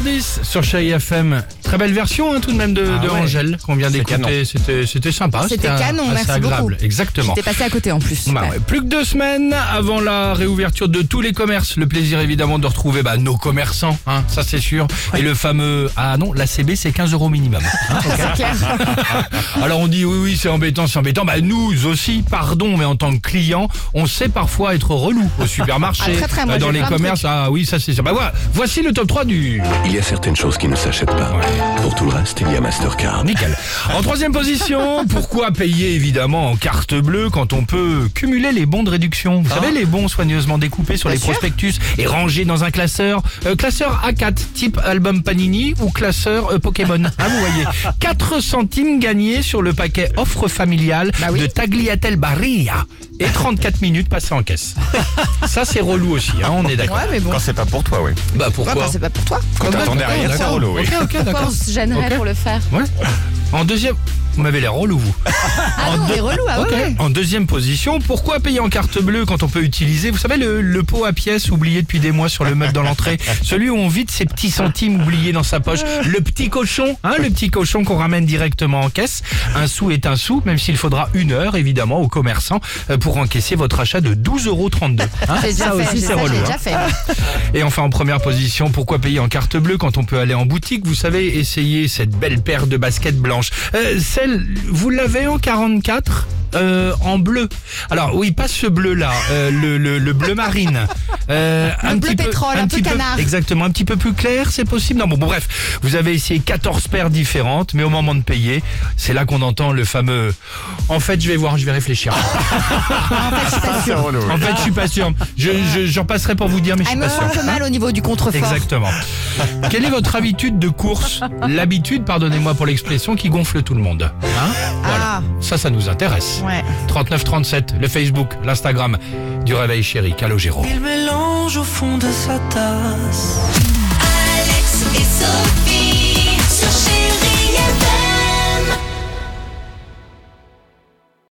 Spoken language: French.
6h10 sur Chérie FM. Très belle version tout de même de Angèle qu'on vient d'écouter. C'était sympa. C'était canon, assez merci agréable. beaucoup. Exactement. J'étais passé à côté en plus. Bah ouais. Plus que 2 semaines avant la réouverture de tous les commerces. Le plaisir évidemment de retrouver nos commerçants, ça c'est sûr. Et le fameux, la CB c'est 15 € minimum. C'est clair. Alors on dit oui c'est embêtant. Nous aussi, pardon, mais en tant que client, on sait parfois être relou au supermarché, très, moi, dans j'ai les plein de commerces. trucs. Ah oui, ça c'est sûr. Voici le top 3 du... Il y a certaines choses qui ne s'achètent pas. Pour tout le reste, il y a Mastercard. Nickel. En 3e position, pourquoi payer évidemment en carte bleue quand on peut cumuler les bons de réduction? Vous savez, les bons soigneusement découpés sur les prospectus et rangés dans un classeur. Classeur A4, type album Panini ou classeur Pokémon. Vous voyez. 4 centimes gagnés sur le paquet offre familiale de Tagliatelle Barilla. Et 34 minutes passées en caisse. Ça c'est relou aussi, on est d'accord. Ouais, mais bon. Quand c'est pas pour toi, oui. Pourquoi Quand c'est pas pour toi. Quand t'attendais rien, c'est relou, oui. Ok, Pourquoi d'accord. on se gênerait pour le faire? Ouais. En deuxième... Vous m'avez l'air relou, vous. Ah non, on est relou, ouais. En 2e position, pourquoi payer en carte bleue quand on peut utiliser, vous savez, le pot à pièces oublié depuis des mois sur le meuble dans l'entrée, celui où on vide ses petits centimes oubliés dans sa poche, le petit cochon, le petit cochon qu'on ramène directement en caisse. Un sou est un sou, même s'il faudra 1 heure, évidemment, au commerçant pour encaisser votre achat de 12,32 €. J'ai déjà fait, aussi, c'est relou. j'ai déjà fait. Et enfin, en première position, pourquoi payer en carte bleue quand on peut aller en boutique? Vous savez, essayer cette belle paire de baskets blanches. Vous l'avez en 44 en bleu. Alors oui, pas ce bleu là, le bleu marine. Un bleu petit pétrole, un peu canard. Exactement, un petit peu plus clair, c'est possible. Non, bon, bref, vous avez essayé 14 paires différentes, mais au moment de payer, c'est là qu'on entend le fameux. En fait, je vais voir, je vais réfléchir. En fait, je suis pas sûr. J'en passerai pour vous dire, mais je suis Elle me pas fait un sûr. peu mal au niveau du contrefort. Exactement. Quelle est votre habitude de course? L'habitude, pardonnez-moi pour l'expression, qui gonfle tout le monde. Voilà. Ça nous intéresse. Ouais. 3937, le Facebook, l'Instagram du Réveil Chéri, Calogero. Il mélange au fond de sa tasse.